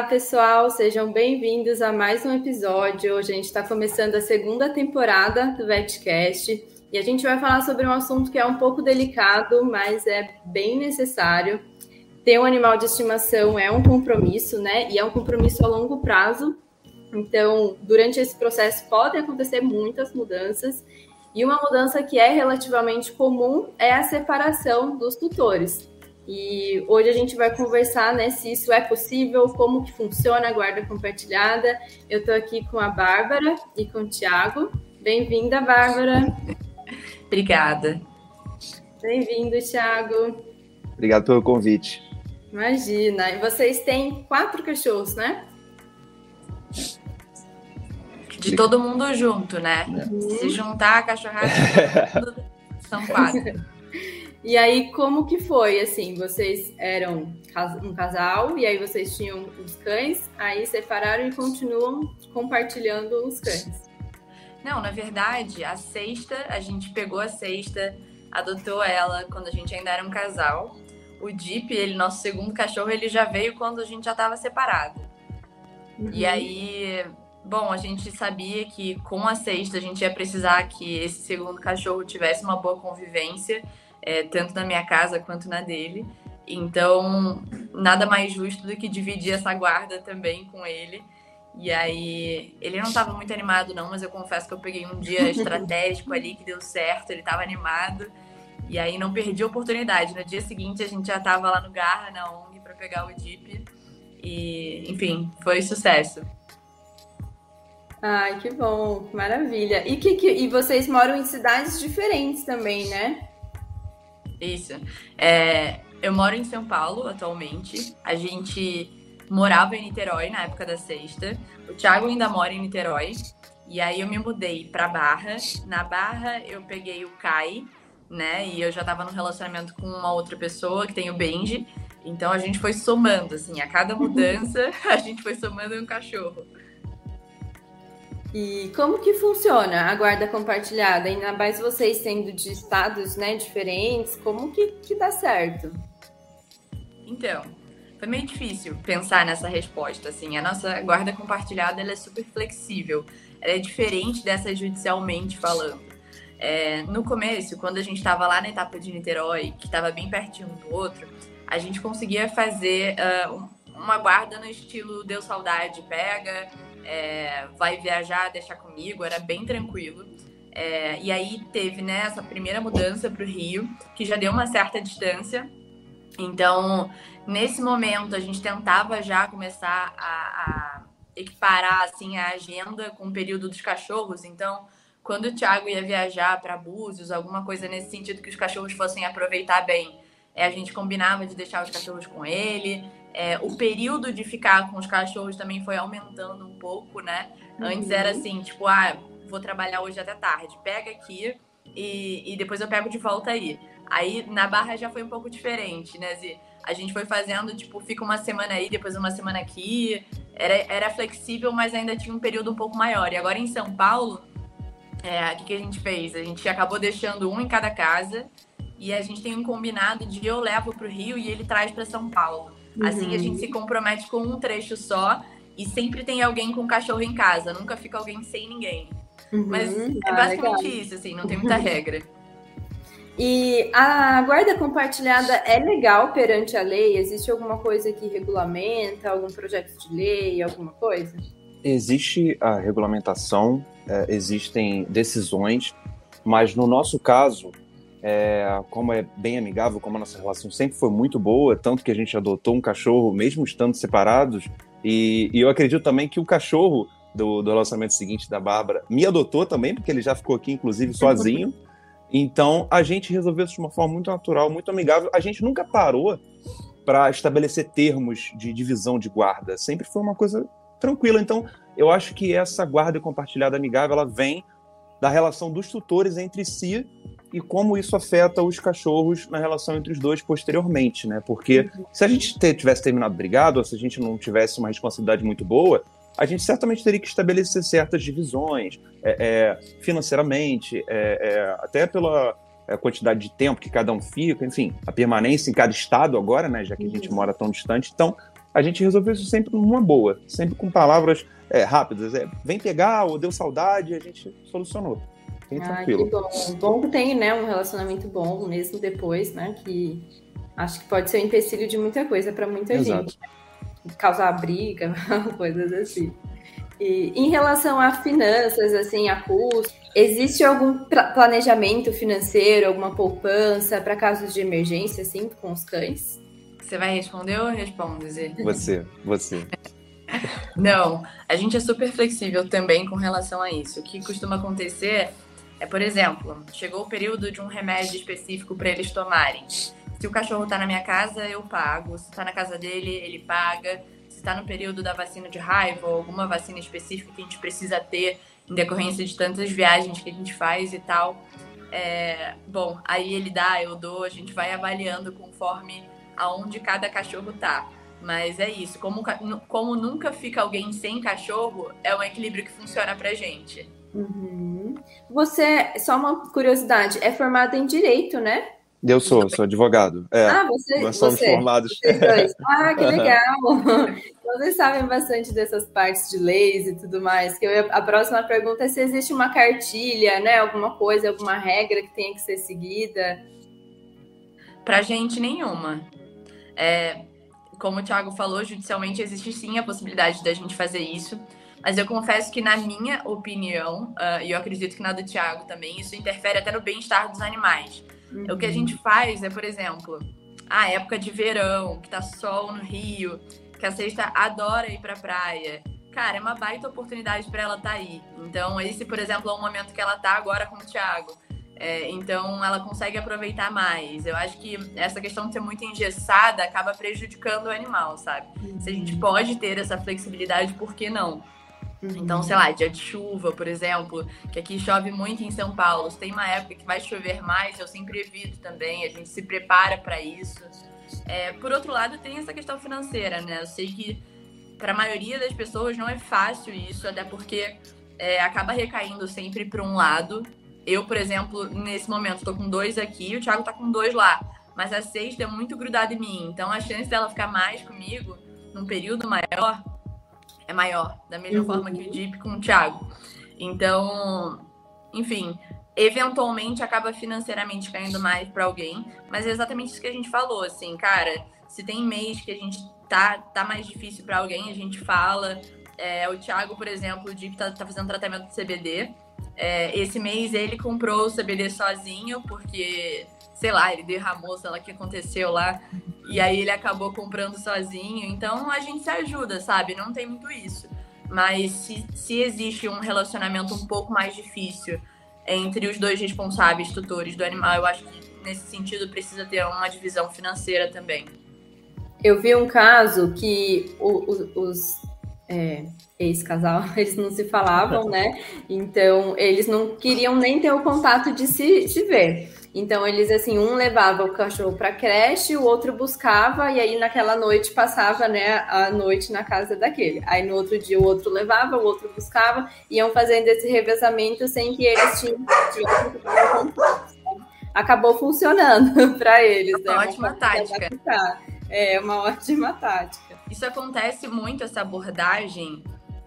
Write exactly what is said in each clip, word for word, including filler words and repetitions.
pessoal, sejam bem-vindos a mais um episódio. Hoje a gente está começando a segunda temporada do VetCast e a gente vai falar sobre um assunto que é um pouco delicado, mas é bem necessário. Ter um animal de estimação é um compromisso, né? E é um compromisso a longo prazo. Então, durante esse processo podem acontecer muitas mudanças. E uma mudança que é relativamente comum é a separação dos tutores. E hoje a gente vai conversar, né, se isso é possível, como que funciona a guarda compartilhada. Eu estou aqui com a Bárbara e com o Thiago. Bem-vinda, Bárbara. Obrigada. Bem-vindo, Thiago. Obrigado pelo convite. Imagina. E vocês têm quatro cachorros, né? De todo mundo junto, né? Uhum. Se juntar a cachorrada, são quatro. E aí, como que foi, assim? Vocês eram um casal, e aí vocês tinham os cães, aí separaram e continuam compartilhando os cães. Não, na verdade, a Sexta, a gente pegou a Sexta, adotou ela quando a gente ainda era um casal. O Deep, ele, nosso segundo cachorro, ele já veio quando a gente já estava separado. Uhum. E aí, bom, a gente sabia que com a Sexta a gente ia precisar que esse segundo cachorro tivesse uma boa convivência, É, tanto na minha casa quanto na dele. Então, nada mais justo do que dividir essa guarda também com ele. E aí, ele não estava muito animado não, mas eu confesso que eu peguei um dia estratégico ali que deu certo, ele estava animado. E aí, não perdi a oportunidade. No dia seguinte, a gente já estava lá no Garra, na O N G, para pegar o Deep. E, enfim, foi sucesso. Ai, que bom, maravilha. E, que, que, e vocês moram em cidades diferentes também, né? Isso. É, eu moro em São Paulo atualmente. A gente morava em Niterói na época da Sexta. O Thiago ainda mora em Niterói. E aí eu me mudei pra Barra. Na Barra eu peguei o Kai, né? E eu já tava num relacionamento com uma outra pessoa que tem o Benji. Então a gente foi somando, assim, a cada mudança a gente foi somando um cachorro. E como que funciona a guarda compartilhada? Ainda mais vocês sendo de estados, né, diferentes, como que, que dá certo? Então, foi meio difícil pensar nessa resposta, assim. A nossa guarda compartilhada, ela é super flexível. Ela é diferente dessa judicialmente falando. É, no começo, quando a gente estava lá na etapa de Niterói, que estava bem pertinho um do outro, a gente conseguia fazer uh, uma guarda no estilo deu saudade, pega... É, vai viajar, deixar comigo, era bem tranquilo. É, e aí teve, né, essa primeira mudança para o Rio, que já deu uma certa distância. Então, nesse momento, a gente tentava já começar a, a equiparar assim, a agenda com o período dos cachorros. Então, quando o Thiago ia viajar para Búzios, alguma coisa nesse sentido que os cachorros fossem aproveitar bem, é, a gente combinava de deixar os cachorros com ele. É, o período de ficar com os cachorros também foi aumentando um pouco, né? Uhum. Antes era assim, tipo, ah, vou trabalhar hoje até tarde, pega aqui e, e depois eu pego de volta aí. Aí na Barra já foi um pouco diferente, né, Zi? A gente foi fazendo, tipo, fica uma semana aí, depois uma semana aqui. Era, era flexível, mas ainda tinha um período um pouco maior. E agora em São Paulo, é, o que, que a gente fez? A gente acabou deixando um em cada casa e a gente tem um combinado de eu levo pro Rio e ele traz para São Paulo. Assim, a gente se compromete com um trecho só e sempre tem alguém com cachorro em casa. Nunca fica alguém sem ninguém. Uhum. Mas é basicamente ah, isso, assim, não tem muita regra. E a guarda compartilhada é legal perante a lei? Existe alguma coisa que regulamenta, algum projeto de lei, alguma coisa? Existe a regulamentação, é, existem decisões, mas no nosso caso... É, como é bem amigável, como a nossa relação sempre foi muito boa, tanto que a gente adotou um cachorro mesmo estando separados, e, e eu acredito também que o cachorro do, do relacionamento seguinte da Bárbara me adotou também, porque ele já ficou aqui inclusive sozinho. Então a gente resolveu isso de uma forma muito natural, muito amigável. A gente nunca parou para estabelecer termos de divisão de guarda, sempre foi uma coisa tranquila. Então eu acho que essa guarda compartilhada amigável, ela vem da relação dos tutores entre si e como isso afeta os cachorros na relação entre os dois posteriormente, né? Porque se a gente tivesse terminado brigado, ou se a gente não tivesse uma responsabilidade muito boa, a gente certamente teria que estabelecer certas divisões, é, é, financeiramente, é, é, até pela é, quantidade de tempo que cada um fica, enfim, a permanência em cada estado agora, né? Já que a gente mora tão distante. Então, a gente resolveu isso sempre numa boa, sempre com palavras é, rápidas. É, vem pegar, ou deu saudade, a gente solucionou. Bem ah, tranquilo. Que bom. Bom que tem, né, um relacionamento bom, mesmo depois, né, que acho que pode ser um empecilho de muita coisa para muita Exato. gente. Causar briga, coisas assim. E em relação a finanças, assim, a custo, existe algum planejamento financeiro, alguma poupança para casos de emergência, assim, com os cães? Você vai responder ou eu respondo, Zê? Você, você. Não, a gente é super flexível também com relação a isso. O que costuma acontecer é, por exemplo, chegou o período de um remédio específico para eles tomarem. Se o cachorro tá na minha casa, eu pago. Se tá na casa dele, ele paga. Se tá no período da vacina de raiva ou alguma vacina específica que a gente precisa ter em decorrência de tantas viagens que a gente faz e tal. É, bom, aí ele dá, eu dou, a gente vai avaliando conforme aonde cada cachorro tá. Mas é isso, como, como nunca fica alguém sem cachorro, é um equilíbrio que funciona pra gente. Uhum. Você, só uma curiosidade, é formada em Direito, né? Eu sou, sou advogado. É, ah, você, nós somos você, formados. Vocês dois. Ah, que legal! Vocês sabem bastante dessas partes de leis e tudo mais. Que eu, a próxima pergunta é se existe uma cartilha, né? Alguma coisa, alguma regra que tenha que ser seguida. Pra gente, nenhuma. É, como o Thiago falou, judicialmente existe sim a possibilidade da gente fazer isso. Mas eu confesso que, na minha opinião, uh, e eu acredito que na do Thiago também, isso interfere até no bem-estar dos animais. Uhum. O que a gente faz é, por exemplo, a época de verão, que tá sol no Rio, que a Sexta adora ir pra praia. Cara, é uma baita oportunidade pra ela estar tá aí. Então, esse, por exemplo, é um momento que ela tá agora com o Thiago. É, então, ela consegue aproveitar mais. Eu acho que essa questão de ser muito engessada acaba prejudicando o animal, sabe? Uhum. Se a gente pode ter essa flexibilidade, por que não? Uhum. Então, sei lá, dia de chuva, por exemplo, que aqui chove muito em São Paulo. Se tem uma época que vai chover mais, eu sempre evito também, a gente se prepara para isso. É, por outro lado, tem essa questão financeira, né? Eu sei que para a maioria das pessoas não é fácil isso, até porque é, acaba recaindo sempre para um lado. Eu, por exemplo, nesse momento, tô com dois aqui, o Thiago tá com dois lá. Mas a Sexta é muito grudada em mim, então a chance dela ficar mais comigo num período maior é maior, da mesma uhum. forma que o Deep com o Thiago. Então, enfim, eventualmente acaba financeiramente caindo mais para alguém, mas é exatamente isso que a gente falou, assim, cara, se tem mês que a gente tá, tá mais difícil para alguém, a gente fala. É, o Thiago, por exemplo, o Deep tá, tá fazendo tratamento de C B D. É, esse mês ele comprou o C B D sozinho, porque, sei lá, ele derramou, sei lá o que aconteceu lá, e aí ele acabou comprando sozinho. Então a gente se ajuda, sabe? Não tem muito isso. Mas se, se existe um relacionamento um pouco mais difícil entre os dois responsáveis, tutores do animal, eu acho que nesse sentido precisa ter uma divisão financeira também. Eu vi um caso que o, o, os é, ex-casal, eles não se falavam, né? Então eles não queriam nem ter o contato de se, se ver. Então, eles, assim, um levava o cachorro para creche, o outro buscava, e aí naquela noite passava, né, a noite na casa daquele. Aí no outro dia o outro levava, o outro buscava, iam fazendo esse revezamento sem que eles tinham, tinham contato. Acabou funcionando para eles. É uma né? ótima uma tática. É uma ótima tática. Isso acontece muito, essa abordagem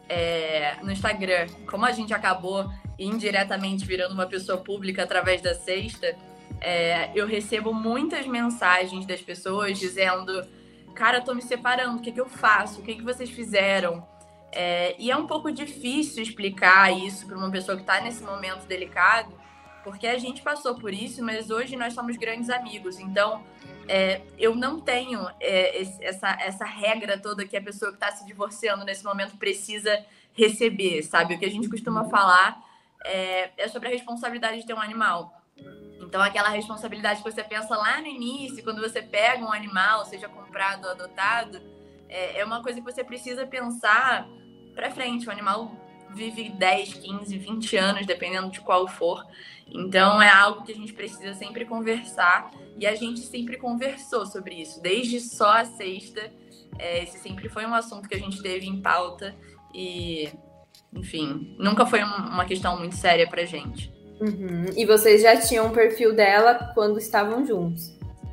é, no Instagram. Como a gente acabou indiretamente virando uma pessoa pública através da Sexta, é, eu recebo muitas mensagens das pessoas dizendo: cara, eu tô me separando, o que, que eu faço? O que, que vocês fizeram? É, e é um pouco difícil explicar isso para uma pessoa que está nesse momento delicado, porque a gente passou por isso, mas hoje nós somos grandes amigos. Então, é, eu não tenho é, essa, essa regra toda que a pessoa que está se divorciando nesse momento precisa receber, sabe? O que a gente costuma falar é, é sobre a responsabilidade de ter um animal. Então, aquela responsabilidade que você pensa lá no início, quando você pega um animal, seja comprado ou adotado, é, é uma coisa que você precisa pensar para frente. O animal vive dez, quinze, vinte anos, dependendo de qual for. Então, é algo que a gente precisa sempre conversar, e a gente sempre conversou sobre isso. Desde só a Sexta, é, esse sempre foi um assunto que a gente teve em pauta e, enfim, nunca foi um, uma questão muito séria pra gente. Uhum. E vocês já tinham um perfil dela quando estavam juntos?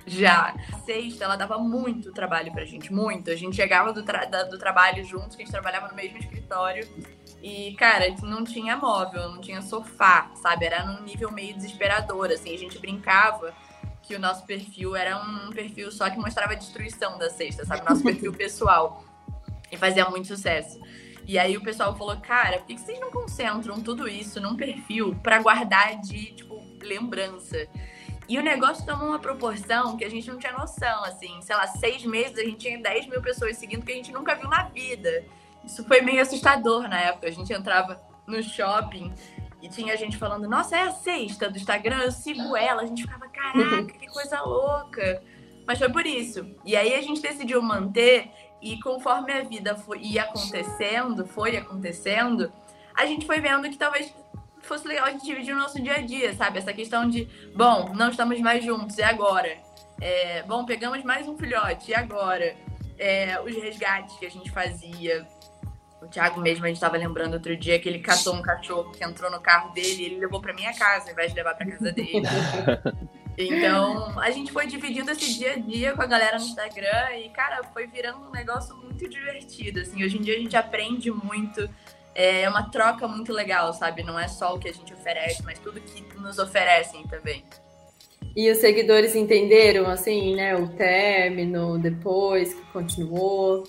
Já. A sexta, ela dava muito trabalho pra gente, muito. A gente chegava do, tra- da- do trabalho juntos, que a gente trabalhava no mesmo escritório. E, cara, não tinha móvel, não tinha sofá, sabe? Era num nível meio desesperador, assim. A gente brincava que o nosso perfil era um perfil só que mostrava a destruição da sexta, sabe? Nosso perfil pessoal. E fazia muito sucesso. E aí o pessoal falou, cara, por que vocês não concentram tudo isso num perfil pra guardar de, tipo, lembrança? E o negócio tomou uma proporção que a gente não tinha noção, assim. Sei lá, seis meses a gente tinha dez mil pessoas seguindo que a gente nunca viu na vida. Isso foi meio assustador na época. A gente entrava no shopping e tinha gente falando, nossa, é a sexta do Instagram, eu sigo ela. A gente ficava, caraca, que coisa louca. Mas foi por isso. E aí a gente decidiu manter, e conforme a vida foi, ia acontecendo, foi acontecendo, a gente foi vendo que talvez fosse legal a gente dividir o nosso dia a dia, sabe? Essa questão de, bom, não estamos mais juntos, e agora? É, bom, pegamos mais um filhote, e agora? É, os resgates que a gente fazia. O Thiago mesmo, a gente estava lembrando outro dia que ele catou um cachorro que entrou no carro dele e ele levou para minha casa, ao invés de levar para casa dele. Então, a gente foi dividindo esse dia a dia com a galera no Instagram e, cara, foi virando um negócio muito divertido, assim. Hoje em dia a gente aprende muito, é uma troca muito legal, sabe? Não é só o que a gente oferece, mas tudo que nos oferecem também. E os seguidores entenderam, assim, né, o término, depois que continuou?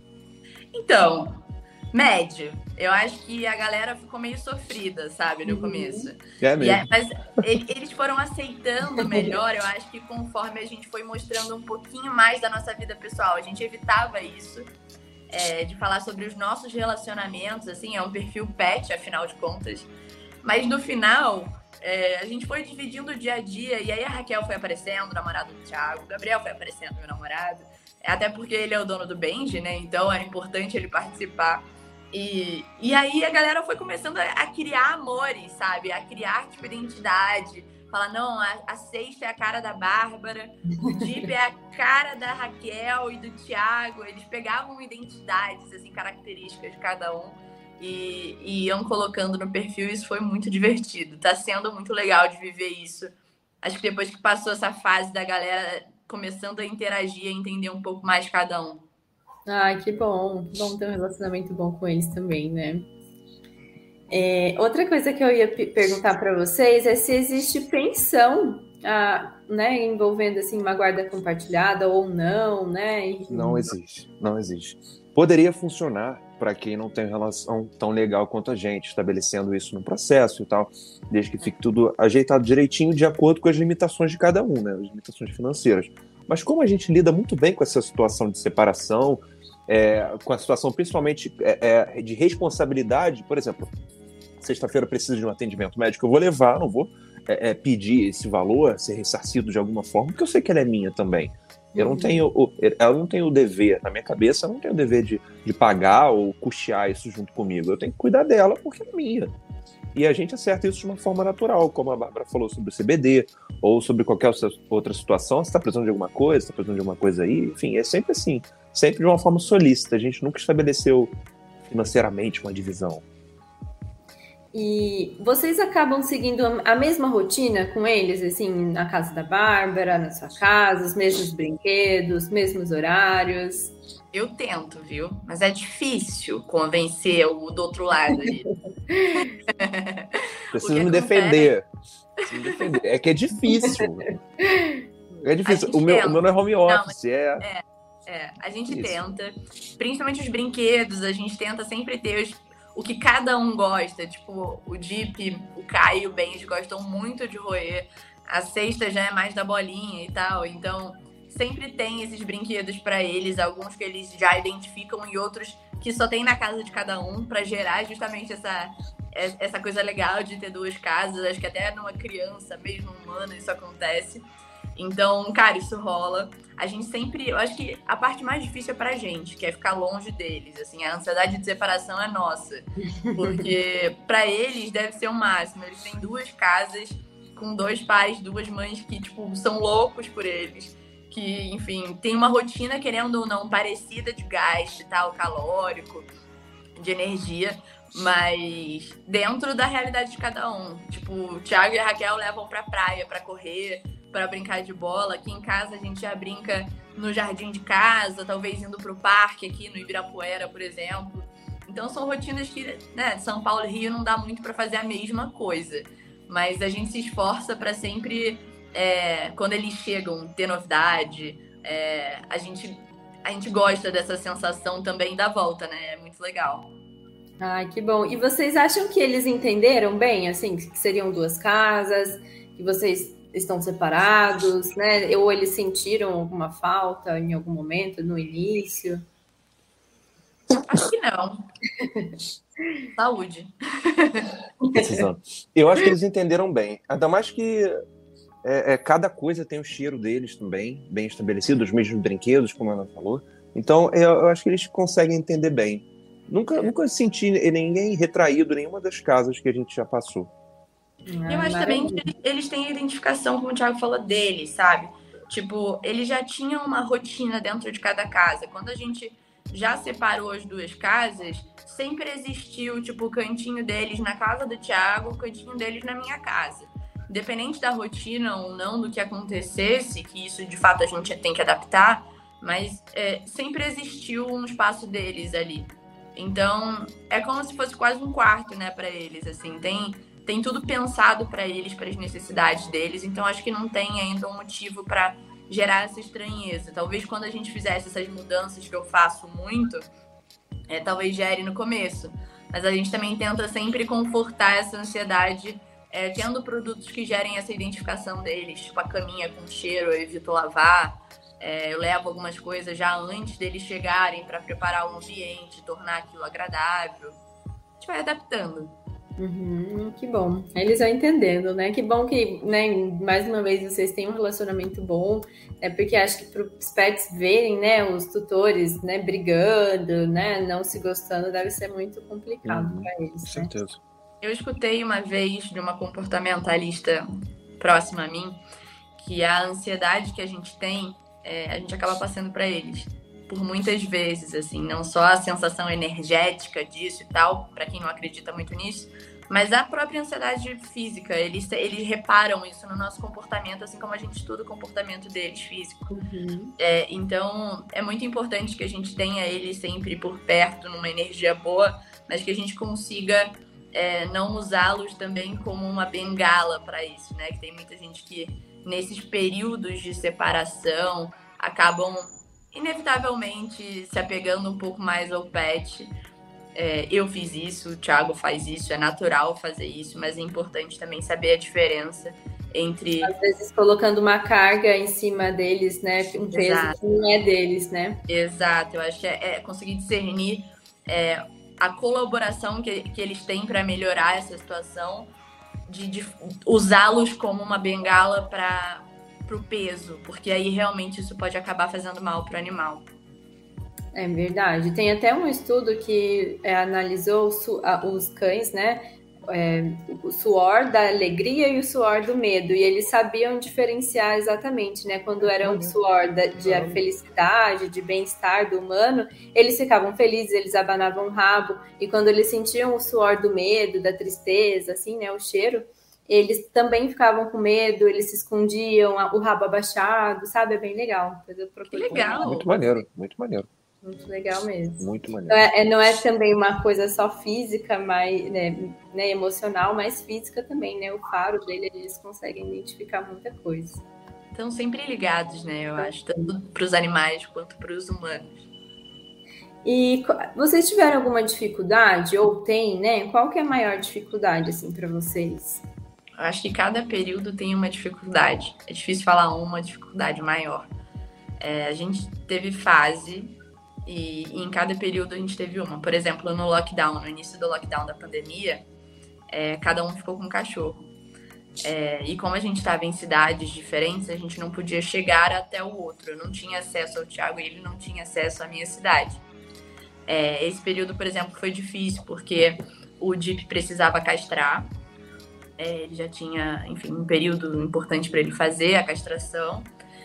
Então, médio. Eu acho que a galera ficou meio sofrida, sabe, no começo. É mesmo. É, mas ele, eles foram aceitando melhor, eu acho que conforme a gente foi mostrando um pouquinho mais da nossa vida pessoal. A gente evitava isso, é, de falar sobre os nossos relacionamentos, assim, é um perfil pet, afinal de contas. Mas no final, é, a gente foi dividindo o dia a dia, e aí a Raquel foi aparecendo, o namorado do Thiago, o Gabriel foi aparecendo, meu namorado. Até porque ele é o dono do Benji, né? Então era importante ele participar. E, e aí a galera foi começando a, a criar amores, sabe? A criar, tipo, identidade. Falar, não, a, a sexta é a cara da Bárbara, o Dip é a cara da Raquel e do Thiago. Eles pegavam identidades, assim, características de cada um e, e iam colocando no perfil. Isso foi muito divertido. Tá sendo muito legal de viver isso. Acho que depois que passou essa fase da galera começando a interagir, a entender um pouco mais cada um. Ai, que bom. Bom ter um relacionamento bom com eles também, né? É, outra coisa que eu ia p- perguntar para vocês é se existe pensão, ah, né, envolvendo assim uma guarda compartilhada ou não, né? E- Não existe, não existe. Poderia funcionar para quem não tem relação tão legal quanto a gente, estabelecendo isso no processo e tal, desde que fique tudo ajeitado direitinho de acordo com as limitações de cada um, né? As limitações financeiras. Mas como a gente lida muito bem com essa situação de separação, é, com a situação principalmente é, é, de responsabilidade, por exemplo, sexta-feira eu preciso de um atendimento médico, eu vou levar, não vou é, é, pedir esse valor, ser ressarcido de alguma forma, porque eu sei que ela é minha também. Eu não tenho, o- ela não tem o dever, na minha cabeça, eu não tenho o dever de, de pagar ou custear isso junto comigo. Eu tenho que cuidar dela porque é minha. E a gente acerta isso de uma forma natural, como a Bárbara falou sobre o C B D, ou sobre qualquer outra situação. Você está precisando de alguma coisa, está precisando de alguma coisa aí, enfim, é sempre assim. Sempre de uma forma solícita. A gente nunca estabeleceu financeiramente uma divisão. E vocês acabam seguindo a a mesma rotina com eles, assim, na casa da Bárbara, na sua casa, os mesmos brinquedos, mesmos horários? Eu tento, viu? Mas é difícil convencer o do outro lado ali. Preciso O que me acontece- defender. Preciso me defender. É que é difícil. É difícil. gente O meu, tenta. o meu não é home Não, office, é... É, a gente Isso. tenta, principalmente os brinquedos, a gente tenta sempre ter os- o que cada um gosta. Tipo, o Dip, o Caio e o Benji gostam muito de roer. A sexta já é mais da bolinha e tal. Então, sempre tem esses brinquedos pra eles, alguns que eles já identificam e outros que só tem na casa de cada um, pra gerar justamente essa, essa coisa legal de ter duas casas. Acho que até numa criança, mesmo humana, isso acontece. Então, cara, isso rola. A gente sempre... Eu acho que a parte mais difícil é pra gente, que é ficar longe deles. Assim, a ansiedade de separação é nossa. Porque pra eles deve ser o máximo. Eles têm duas casas com dois pais, duas mães que, tipo, são loucos por eles. Que, enfim, tem uma rotina, querendo ou não, parecida de gasto e tal, calórico, de energia, mas dentro da realidade de cada um. Tipo, o Thiago e a Raquel levam pra praia pra correr, para brincar de bola. Aqui em casa a gente já brinca no jardim de casa, talvez indo para o parque aqui no Ibirapuera, por exemplo. Então são rotinas que, né, São Paulo e Rio não dá muito para fazer a mesma coisa. Mas a gente se esforça para sempre, é, quando eles chegam, ter novidade. É, a, gente, a gente gosta dessa sensação também da volta, né? É muito legal. Ai, que bom. E vocês acham que eles entenderam bem, assim, que seriam duas casas, que vocês estão separados, né? Ou eles sentiram alguma falta em algum momento, no início? Acho que não. Saúde. Eu acho que eles entenderam bem. Ainda mais que é, é, cada coisa tem o cheiro deles também, bem estabelecido, os mesmos brinquedos, como a Ana falou. Então, eu, eu acho que eles conseguem entender bem. Nunca, nunca senti ninguém retraído em nenhuma das casas que a gente já passou. Ah, eu acho também que eles têm a identificação, como o Thiago falou, deles, sabe? Tipo, eles já tinham uma rotina dentro de cada casa. Quando a gente já separou as duas casas, sempre existiu, tipo, o cantinho deles na casa do Thiago, o cantinho deles na minha casa. Independente da rotina ou não, do que acontecesse, que isso, de fato, a gente tem que adaptar, mas é, sempre existiu um espaço deles ali. Então, é como se fosse quase um quarto, né, para eles, assim. Tem, tem tudo pensado para eles, para as necessidades deles. Então, acho que não tem ainda um motivo para gerar essa estranheza. Talvez quando a gente fizesse essas mudanças que eu faço muito, é, talvez gere no começo. Mas a gente também tenta sempre confortar essa ansiedade, é, tendo produtos que gerem essa identificação deles. Tipo, a caminha com cheiro, eu evito lavar. É, eu levo algumas coisas já antes deles chegarem para preparar o ambiente, tornar aquilo agradável. A gente vai adaptando. Uhum, que bom. Eles vão entendendo, né? Que bom que, né, mais uma vez, vocês têm um relacionamento bom. É porque acho que para os pets verem, né, os tutores, né, brigando, né, não se gostando, deve ser muito complicado uhum, para eles. Com certeza. Né? Eu escutei uma vez de uma comportamentalista próxima a mim que a ansiedade que a gente tem, É, a gente acaba passando para eles por muitas vezes, assim, não só a sensação energética disso e tal, para quem não acredita muito nisso, mas a própria ansiedade física. Eles, eles reparam isso no nosso comportamento, assim como a gente estuda o comportamento deles físico. Uhum. É, então, é muito importante que a gente tenha eles sempre por perto, numa energia boa, mas que a gente consiga é, não usá-los também como uma bengala para isso, né? Que tem muita gente que nesses períodos de separação, acabam inevitavelmente se apegando um pouco mais ao pet. É, eu fiz isso, o Thiago faz isso, é natural fazer isso, mas é importante também saber a diferença entre... Às vezes colocando uma carga em cima deles, né? Um peso Exato. Que não é deles, né? Exato, eu acho que é, é conseguir discernir é, a colaboração que, que eles têm para melhorar essa situação, de, de usá-los como uma bengala para o peso, porque aí realmente isso pode acabar fazendo mal para o animal. É verdade. Tem até um estudo que é, analisou su- a, os cães, né? É, o suor da alegria e o suor do medo, e eles sabiam diferenciar exatamente, né? Quando era o suor da, de felicidade, de bem-estar do humano, eles ficavam felizes, eles abanavam o rabo, e quando eles sentiam o suor do medo, da tristeza, assim, né? O cheiro, eles também ficavam com medo, eles se escondiam, o rabo abaixado, sabe? É bem legal. Que legal! Muito maneiro, muito maneiro. Muito legal mesmo. Muito maneiro. Não é, não é também uma coisa só física, mas, né, né, emocional, mas física também, né? O faro dele, eles conseguem identificar muita coisa. Estão sempre ligados, né? Eu acho, tanto para os animais quanto para os humanos. E vocês tiveram alguma dificuldade, ou tem, né? Qual que é a maior dificuldade, assim, para vocês? Eu acho que cada período tem uma dificuldade. É difícil falar uma dificuldade maior. É, a gente teve fase... E, e em cada período a gente teve uma. Por exemplo, no lockdown, no início do lockdown da pandemia, é, cada um ficou com um cachorro. É, e como a gente estava em cidades diferentes, a gente não podia chegar até o outro. Eu não tinha acesso ao Thiago e ele não tinha acesso à minha cidade. É, esse período, por exemplo, foi difícil, porque o Deep precisava castrar. É, ele já tinha, enfim, um período importante para ele fazer a castração.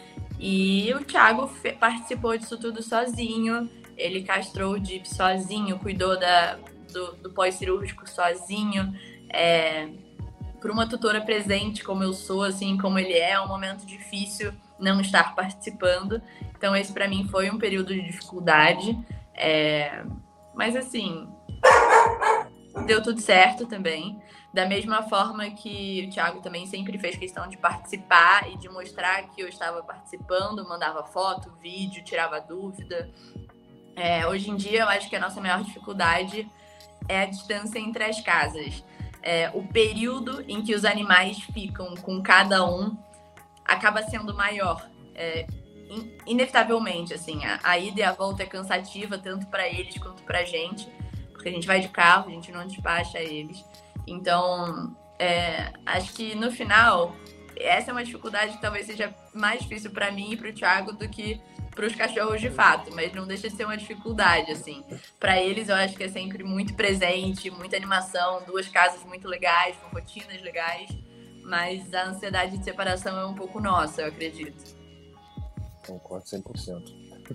E o Thiago fe- participou disso tudo sozinho, ele castrou o Deep sozinho, cuidou da, do, do pós-cirúrgico sozinho, é, para uma tutora presente como eu sou, assim, como ele é, é um momento difícil não estar participando. Então, esse para mim foi um período de dificuldade. É... Mas, assim, deu tudo certo também. Da mesma forma que o Thiago também sempre fez questão de participar e de mostrar que eu estava participando, mandava foto, vídeo, tirava dúvida. É, hoje em dia, eu acho que a nossa maior dificuldade é a distância entre as casas. É, o período em que os animais ficam com cada um acaba sendo maior. É, in- inevitavelmente, assim, a, a ida e a volta é cansativa, tanto para eles quanto para a gente, porque a gente vai de carro, a gente não despacha eles. Então, é, acho que no final, essa é uma dificuldade que talvez seja mais difícil para mim e para o Thiago do que para os cachorros de fato, mas não deixa de ser uma dificuldade, assim. Para eles, eu acho que é sempre muito presente, muita animação, duas casas muito legais, com rotinas legais, mas a ansiedade de separação é um pouco nossa, eu acredito. Concordo cem por cento.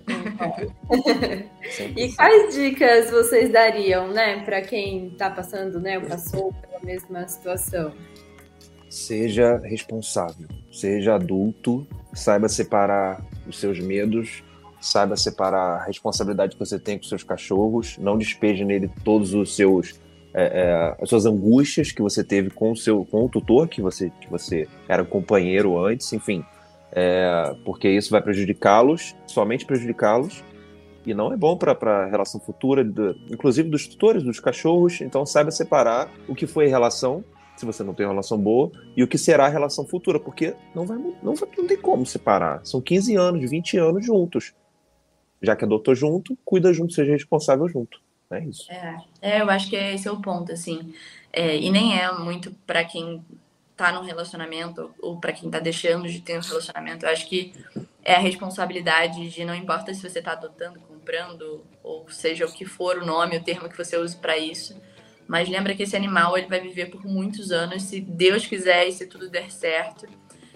E quais dicas vocês dariam, né, para quem está passando, né, ou passou pela mesma situação? Seja responsável, seja adulto, saiba separar os seus medos, saiba separar a responsabilidade que você tem com seus cachorros, não despeje nele todos os seus é, é, as suas angústias que você teve com o seu com o tutor que você que você era companheiro antes, enfim, é, porque isso vai prejudicá-los, somente prejudicá-los, e não é bom para a relação futura, do, inclusive dos tutores, dos cachorros. Então saiba separar o que foi a relação, se você não tem uma relação boa, e o que será a relação futura, porque não, vai, não, vai, não tem como separar. São quinze anos, vinte anos juntos. Já que adotou junto, cuida junto, seja responsável junto. É isso. É, é eu acho que esse é o ponto, assim. É, e nem é muito para quem tá num relacionamento ou para quem tá deixando de ter um relacionamento. Eu acho que é a responsabilidade de, não importa se você tá adotando, comprando, ou seja o que for o nome, o termo que você use para isso, mas lembra que esse animal ele vai viver por muitos anos, se Deus quiser e se tudo der certo.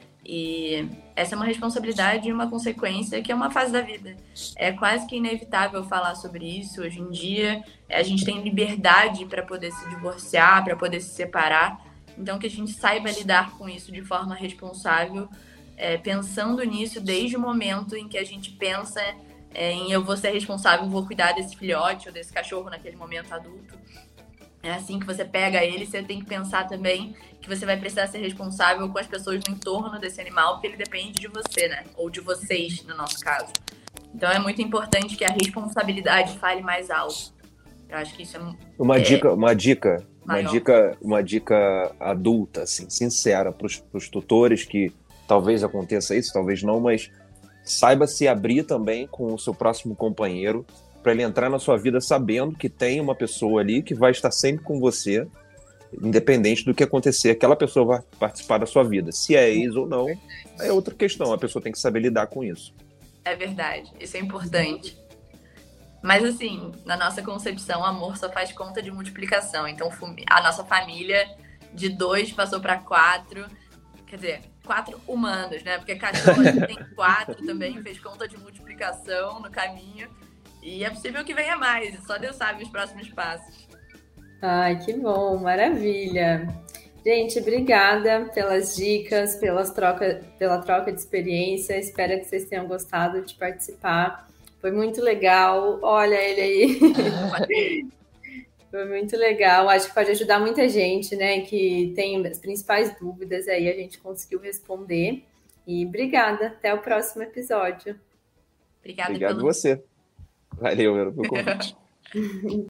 E essa é uma responsabilidade e uma consequência que é uma fase da vida. É quase que inevitável falar sobre isso hoje em dia. A gente tem liberdade para poder se divorciar, para poder se separar. Então que a gente saiba lidar com isso de forma responsável, é, pensando nisso desde o momento em que a gente pensa é, em eu vou ser responsável, vou cuidar desse filhote ou desse cachorro naquele momento adulto. É assim que você pega ele, você tem que pensar também que você vai precisar ser responsável com as pessoas no entorno desse animal, porque ele depende de você, né? Ou de vocês, no nosso caso. Então é muito importante que a responsabilidade fale mais alto. Eu acho que isso é uma é, dica, uma dica, maior. uma dica, uma dica adulta, assim, sincera para os tutores, que talvez aconteça isso, talvez não, mas saiba se abrir também com o seu próximo companheiro, para ele entrar na sua vida sabendo que tem uma pessoa ali que vai estar sempre com você, independente do que acontecer, aquela pessoa vai participar da sua vida. Se é ex ou não, é outra questão, a pessoa tem que saber lidar com isso. É verdade, isso é importante. Mas assim, na nossa concepção, amor só faz conta de multiplicação. Então a nossa família de dois passou para quatro, quer dizer, quatro humanos, né? Porque cachorro tem quatro também, fez conta de multiplicação no caminho. E é possível que venha mais, só Deus sabe os próximos passos. Ai, que bom, maravilha. Gente, obrigada pelas dicas, pelas troca, pela troca de experiência. Espero que vocês tenham gostado de participar. Foi muito legal. Olha ele aí. Foi muito legal. Acho que pode ajudar muita gente, né? Que tem as principais dúvidas aí, a gente conseguiu responder. E obrigada. Até o próximo episódio. Obrigada Obrigado pelo... você. Valeu, pelo convite.